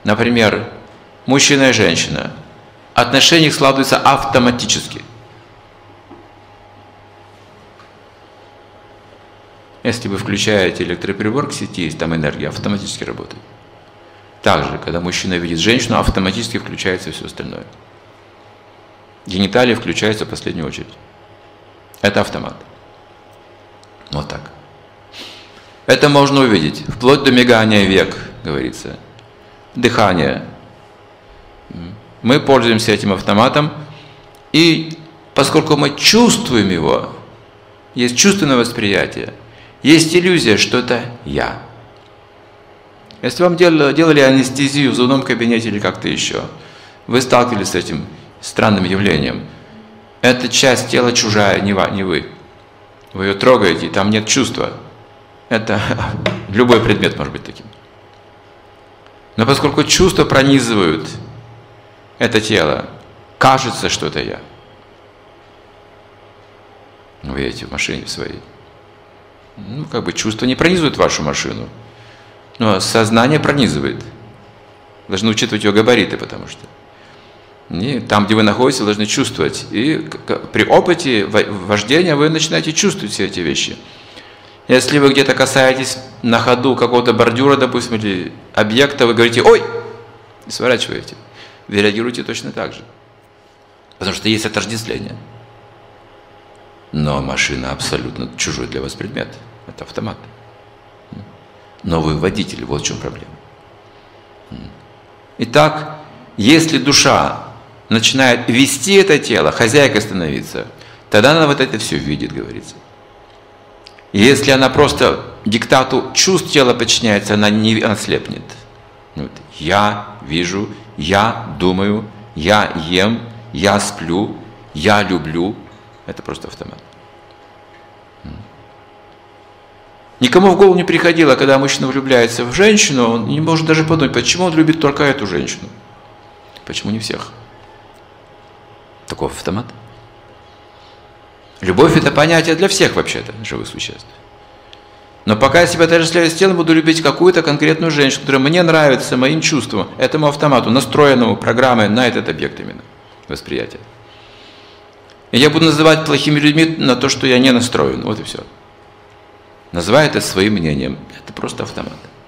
например, мужчина и женщина, отношения их складываются автоматически. Если вы включаете электроприбор к сети, там энергия автоматически работает. Также, когда мужчина видит женщину, автоматически включается все остальное. Гениталии включаются в последнюю очередь. Это автомат. Вот так. Это можно увидеть, вплоть до мигания век, говорится. Дыхание. Мы пользуемся этим автоматом, и поскольку мы чувствуем его, есть чувственное восприятие, есть иллюзия, что это я. Если вам делали анестезию в зубном кабинете или как-то еще, вы сталкивались с этим странным явлением. Эта часть тела чужая, не вы. Вы ее трогаете, и там нет чувства. Это любой предмет может быть таким. Но поскольку чувства пронизывают это тело, кажется, что это я. Вы едете в машине своей. Чувства не пронизывают вашу машину, но сознание пронизывает. Должны учитывать ее габариты, потому что там, где вы находитесь, вы должны чувствовать. И при опыте вождения вы начинаете чувствовать все эти вещи. Если вы где-то касаетесь на ходу какого-то бордюра, допустим, или объекта, вы говорите «Ой!» и сворачиваете. Вы реагируете точно так же. Потому что есть отождествление. Но машина абсолютно чужой для вас предмет. Это автомат. Но вы водитель, вот в чем проблема. Итак, если душа начинает вести это тело, хозяйкой становиться, тогда она вот это все видит, говорится. И если она просто диктату чувств тела подчиняется, она слепнет. Я вижу, я думаю, я ем, я сплю, я люблю. Это просто автомат. Никому в голову не приходило, когда мужчина влюбляется в женщину, он не может даже подумать, почему он любит только эту женщину. Почему не всех? Таков автомат. Любовь – это понятие для всех вообще-то, живых существ. Но пока я себя отождествляю с телом, буду любить какую-то конкретную женщину, которая мне нравится, моим чувствам, этому автомату, настроенному программой на этот объект именно, восприятие. И я буду называть плохими людьми на то, что я не настроен. Вот и все. Называй это своим мнением. Это просто автомат.